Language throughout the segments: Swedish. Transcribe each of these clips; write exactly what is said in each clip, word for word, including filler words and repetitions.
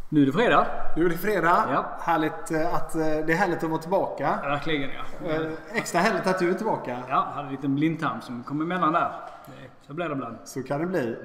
Nu är det fredag. Nu är det fredag. Ja. Härligt att, det är härligt att vara tillbaka. Ja, verkligen, ja. Eh, extra härligt att du är tillbaka. Ja, jag hade en liten blindtarm som kom emellan där. Så blir det ibland. Så kan det bli.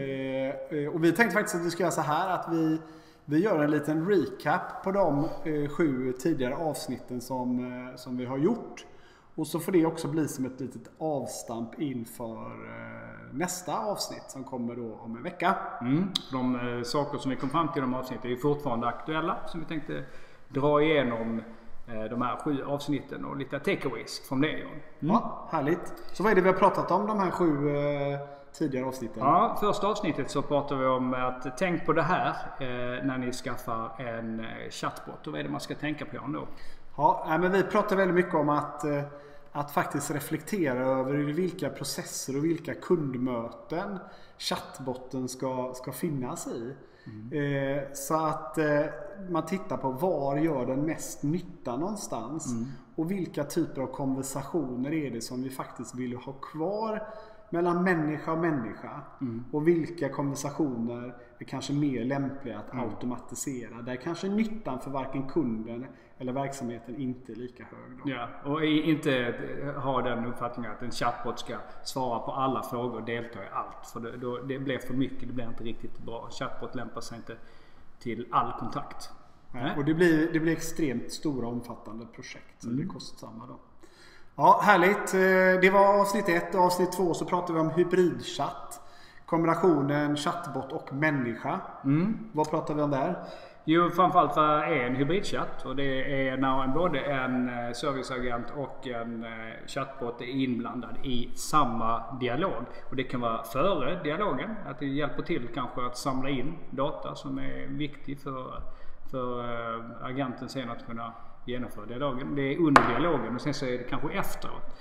Mm. Eh, och vi tänkte faktiskt att vi ska göra så här att vi, vi gör en liten recap på de eh, sju tidigare avsnitten som, eh, som vi har gjort. Och så får det också bli som ett litet avstamp inför eh, nästa avsnitt som kommer då om en vecka. Mm. De eh, saker som vi kom fram till i de avsnitten är fortfarande aktuella. Som vi tänkte dra igenom eh, de här sju avsnitten och lite takeaways från det. Mm. Ja, härligt. Så vad är det vi har pratat om de här sju eh, tidigare avsnitten? Ja, första avsnittet så pratar vi om att tänk på det här eh, när ni skaffar en eh, chatbot. Och vad är det man ska tänka på då? Ja, men vi pratar väldigt mycket om att, att faktiskt reflektera över vilka processer och vilka kundmöten chattbotten ska, ska finnas i. Mm. Eh, så att eh, man tittar på var gör den mest nytta någonstans mm. och vilka typer av konversationer är det som vi faktiskt vill ha kvar mellan människa och människa mm. och vilka konversationer är kanske mer lämpliga att mm. automatisera. Där kanske nyttan för varken kunden eller verksamheten inte är lika hög. Då. Ja, och inte ha den uppfattningen att en chatbot ska svara på alla frågor och delta i allt. För det, då, det blir för mycket, det blir inte riktigt bra. Chatbot lämpar sig inte till all kontakt. Ja, och det blir, det blir extremt stora omfattande projekt som mm. blir kostsamma då. Ja, härligt. Det var avsnitt ett och avsnitt två så pratade vi om hybridchatt. Kombinationen chatbot och människa. Mm. Vad pratar vi om där? Jo, framförallt vad är en hybridchatt? Och det är när både en serviceagent och en chatbot är inblandad i samma dialog. Och det kan vara före dialogen, att det hjälper till kanske att samla in data som är viktig för, för agenten sen att kunna genomföra dialogen. Det är under dialogen och sen så är det kanske efteråt.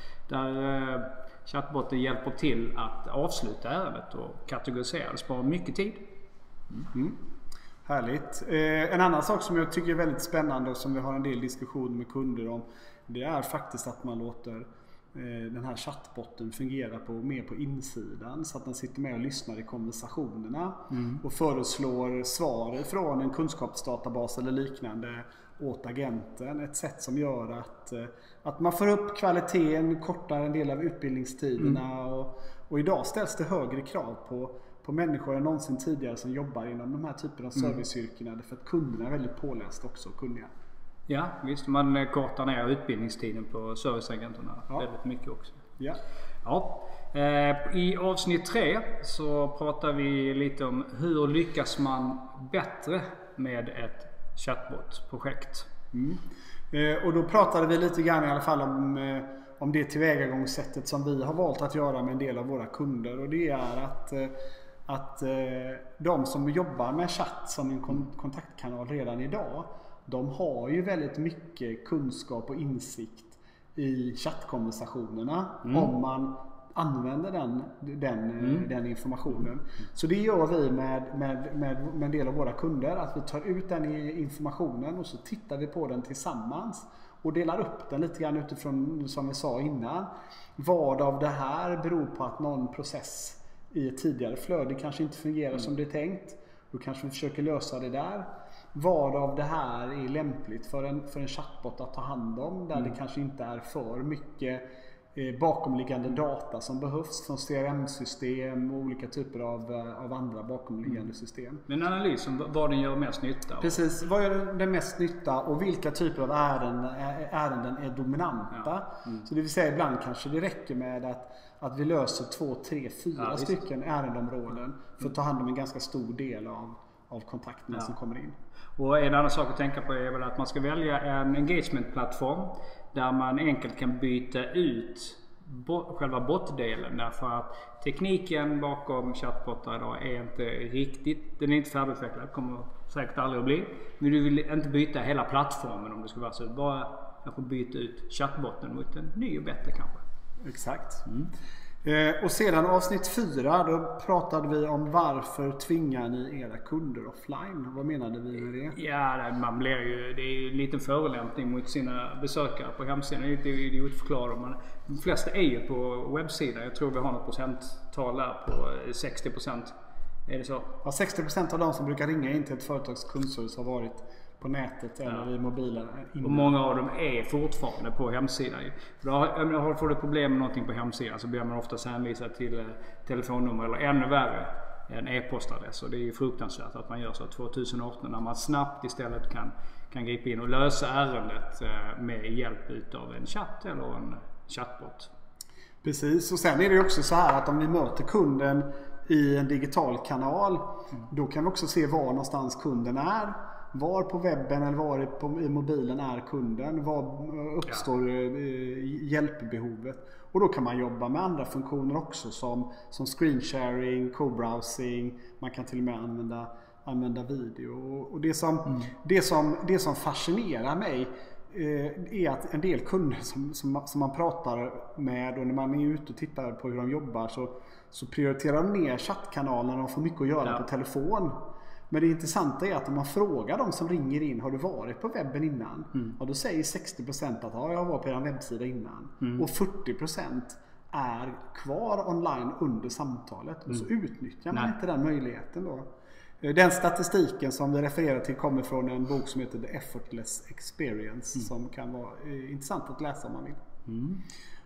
Där chatboten hjälper till att avsluta ärendet och kategorisera. Det sparar mycket tid. Mm. Mm. Härligt. Eh, en annan sak som jag tycker är väldigt spännande och som vi har en del diskussion med kunder om, det är faktiskt att man låter eh, den här chattbotten fungera på, mer på insidan så att den sitter med och lyssnar i konversationerna mm. och föreslår svar från en kunskapsdatabas eller liknande åt agenten. Ett sätt som gör att, att man får upp kvaliteten, kortar en del av utbildningstiderna mm. och, och idag ställs det högre krav på på människor än någonsin tidigare som jobbar inom de här typerna av serviceyrkena mm. för att kunderna är väldigt pålästa också och kunniga. Ja, visst. Man kortar ner utbildningstiden på serviceagenterna ja. väldigt mycket också. Ja. Ja. Eh, I avsnitt tre så pratar vi lite om hur lyckas man bättre med ett chatbot-projekt. Mm. Eh, och då pratade vi lite grann i alla fall om eh, om det tillvägagångssättet som vi har valt att göra med en del av våra kunder, och det är att eh, att eh, de som jobbar med chatt som en kon- kontaktkanal redan idag, de har ju väldigt mycket kunskap och insikt i chattkonversationerna mm. om man använder den, den, mm. den informationen. Så det gör vi med, med, med, med en del av våra kunder, att vi tar ut den informationen och så tittar vi på den tillsammans och delar upp den lite grann utifrån, som vi sa innan, vad av det här beror på att någon process i ett tidigare flöde kanske inte fungerar mm. som det är tänkt. Då kanske vi försöker lösa det där. Vad av det här är lämpligt för en, för en chatbot att ta hand om, där mm. det kanske inte är för mycket eh, bakomliggande data som behövs från C R M-system och olika typer av, av andra bakomliggande mm. system. Men analys om vad den gör mest nytta? Precis, vad gör den mest nytta och vilka typer av ärenden, ärenden är dominanta? Ja. Mm. Så det vill säga ibland kanske det räcker med att Att vi löser två, tre, fyra ja, stycken ärendeområden för att ta hand om en ganska stor del av, av kontakterna ja. som kommer in. Och en annan sak att tänka på är väl att man ska välja en engagement-plattform där man enkelt kan byta ut bo- själva botdelen. Därför att tekniken bakom chatbotar idag är inte riktigt, den är inte färdigutvecklad, kommer säkert aldrig att bli. Men du vill inte byta hela plattformen om det skulle vara så. Bara kanske byta ut chatbotten mot en ny och bättre kanske. Exakt. Mm. Eh, och sedan avsnitt fyra, då pratade vi om varför tvingar ni era kunder offline? Vad menade vi med det? Ja, man blir ju, det är ju en liten förolämpning mot sina besökare på hemsidan. Det är inte idiot förklara, men de flesta är ju på webbsidan. Jag tror vi har något procenttal där på sextio procent Är det så? Ja, sextio procent av de som brukar ringa in till ett företags kundservice har varit på nätet eller ja. i mobilen. Innan. Och många av dem är fortfarande på hemsidan. För då har, har får du problem med någonting på hemsidan så blir man ofta hänvisad till eh, telefonnummer eller ännu värre en e-postadress. Och det är ju fruktansvärt att man gör så tjugoarton när man snabbt istället kan, kan gripa in och lösa ärendet eh, med hjälp utav en chatt eller en chatbot. Precis, och sen är det också så här att om vi möter kunden i en digital kanal mm. då kan vi också se var någonstans kunden är. Var på webben eller var på, i mobilen är kunden? Var uppstår ja. hjälpbehovet? Och då kan man jobba med andra funktioner också som, som screen sharing, co-browsing. Man kan till och med använda, använda video. Och det som, mm. det som, det som fascinerar mig eh, är att en del kunder som, som, som man pratar med och när man är ute och tittar på hur de jobbar så, så prioriterar de ner chattkanalerna och får mycket att göra ja. på telefon. Men det intressanta är att om man frågar de som ringer in, har du varit på webben innan? Mm. Ja, då säger sextio procent att ja, jag har varit på er webbsida innan. Mm. Och fyrtio procent är kvar online under samtalet. Mm. Och så utnyttjar man Nej. inte den möjligheten då. Den statistiken som vi refererar till kommer från en bok som heter The Effortless Experience. Mm. Som kan vara intressant att läsa om man vill. Mm.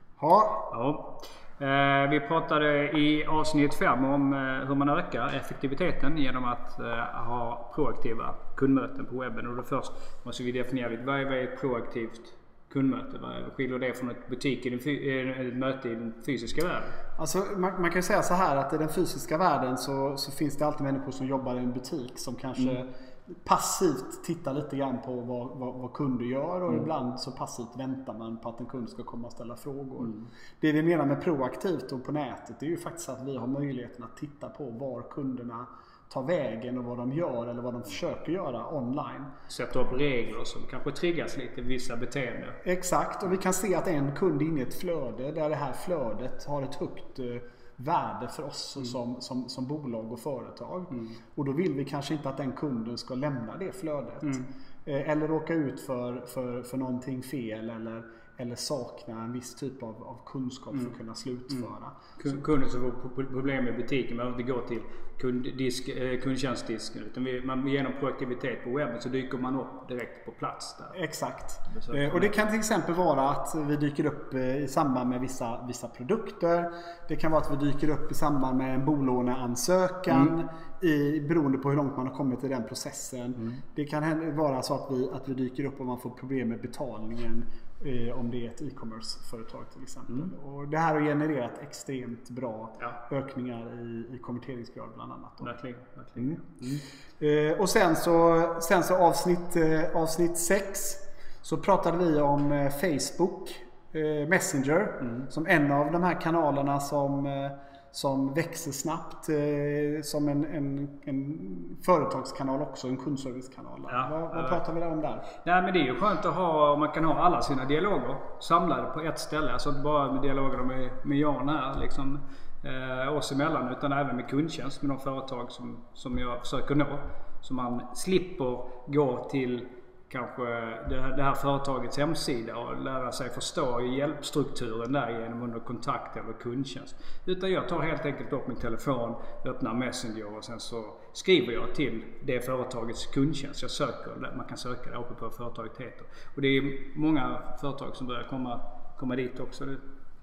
Ja. ja. Eh, vi pratade i avsnitt fem om eh, hur man ökar effektiviteten genom att eh, ha proaktiva kundmöten på webben. Och då först måste vi definiera lite, vad är ett proaktivt kundmöte? Vad skiljer det från ett butik i den, ett möte i den fysiska världen? Alltså, man, man kan säga så här att i den fysiska världen så, så finns det alltid människor som jobbar i en butik som kanske mm. passivt tittar lite grann på vad, vad, vad kunder gör och mm. ibland så passivt väntar man på att en kund ska komma och ställa frågor. Mm. Det vi menar med proaktivt och på nätet är ju faktiskt att vi har möjligheten att titta på var kunderna tar vägen och vad de gör eller vad de försöker göra online. Sätta upp regler som kanske triggas lite vissa beteenden. Exakt, och vi kan se att en kund är inne i ett flöde där det här flödet har ett högt värde för oss mm. som, som, som bolag och företag. Mm. Och då vill vi kanske inte att den kunden ska lämna det flödet. Mm. Eller råka ut för, för, för någonting fel eller, eller sakna en viss typ av, av kunskap mm. för att kunna slutföra. Mm. Kunden som får problem med butiken behöver inte gå till kunddisk, kundtjänstdisken utan vi, man, genom proaktivitet på webben så dyker man upp direkt på plats där. Exakt. Det och det kan till exempel vara att vi dyker upp i samband med vissa, vissa produkter. Det kan vara att vi dyker upp i samband med en bolåneansökan mm. i, beroende på hur långt man har kommit i den processen. Mm. Det kan vara så att vi, att vi dyker upp om man får problem med betalningen eh, om det är ett e-commerce-företag till exempel. Mm. Och det här har genererat extremt bra ja. ökningar i, i konverteringsgrad bland annat. Då. Verkligen, verkligen. Mm. Mm. Eh, och sen så, sen så avsnitt, eh, avsnitt sex så pratade vi om eh, Facebook eh, Messenger mm. som en av de här kanalerna som eh, som växer snabbt eh, som en, en, en företagskanal också, en kundservicekanal. Ja, vad vad äh, pratar vi om där? Nej, men det är ju skönt att ha, man kan ha alla sina dialoger samlade på ett ställe. Alltså inte bara med dialoger med, med Jan här liksom, eh, oss emellan, utan även med kundtjänst med de företag som, som jag försöker nå. Så man slipper gå till kanske det här, det här företagets hemsida och lära sig förstå hjälpstrukturen där genom under kontakt eller kundtjänst. Utan jag tar helt enkelt upp min telefon, öppnar Messenger och sen så skriver jag till det företagets kundtjänst. Jag söker, man kan söka det uppe på företaget heter. Och det är många företag som börjar komma, komma dit också. Mm.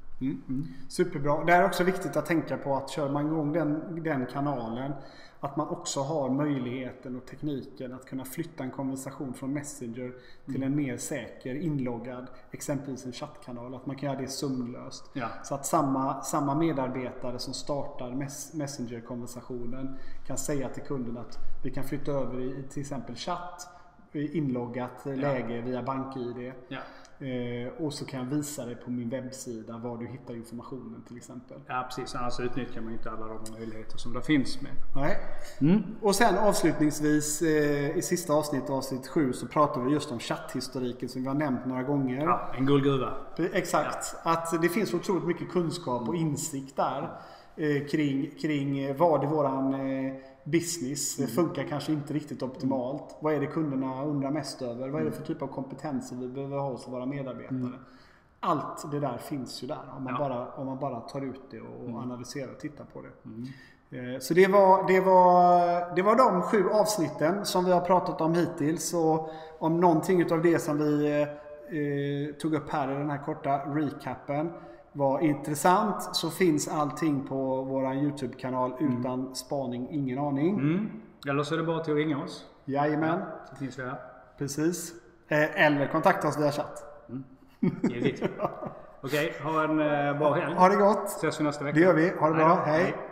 Mm. Superbra. Det är också viktigt att tänka på att kör man igång den, den kanalen att man också har möjligheten och tekniken att kunna flytta en konversation från Messenger till en mer säker inloggad, exempelvis en chattkanal, att man kan göra det sömlöst. Ja. Så att samma, samma medarbetare som startar Messenger-konversationen kan säga till kunden att vi kan flytta över i till exempel chatt, inloggat ja. läge via BankID. Ja. Eh, och så kan jag visa dig på min webbsida var du hittar informationen till exempel. Ja, precis. Annars utnyttjar man inte alla de möjligheter som det finns med. Nej. Mm. Och sen avslutningsvis eh, i sista avsnitt, avsnitt sju, så pratar vi just om chatthistoriken som vi har nämnt några gånger. Ja, en guldgruva. Exakt. Ja. Att det finns otroligt mycket kunskap och insikt där eh, kring, kring vad det våran eh, business mm. funkar kanske inte riktigt optimalt. Mm. Vad är det kunderna undrar mest över? Vad är det för typ av kompetenser vi behöver ha hos våra medarbetare? Mm. Allt det där finns ju där om man, ja. bara, om man bara tar ut det och mm. analyserar och tittar på det. Mm. Så det var, det, var, det var de sju avsnitten som vi har pratat om hittills. Och om någonting av det som vi eh, tog upp här i den här korta recapen var intressant, så finns allting på vår YouTube-kanal utan mm. spaning, ingen aning. Mm. Eller så är det bara till att ringa oss. Jajamän. Ja, så finns vi här. Precis. Eh, eller kontakta oss via chatt. Mm. Okej, okay, ha en eh, bra helg. Ha det gott. Ses vi nästa vecka. Det gör vi. Ha det bra. Hej. Hej.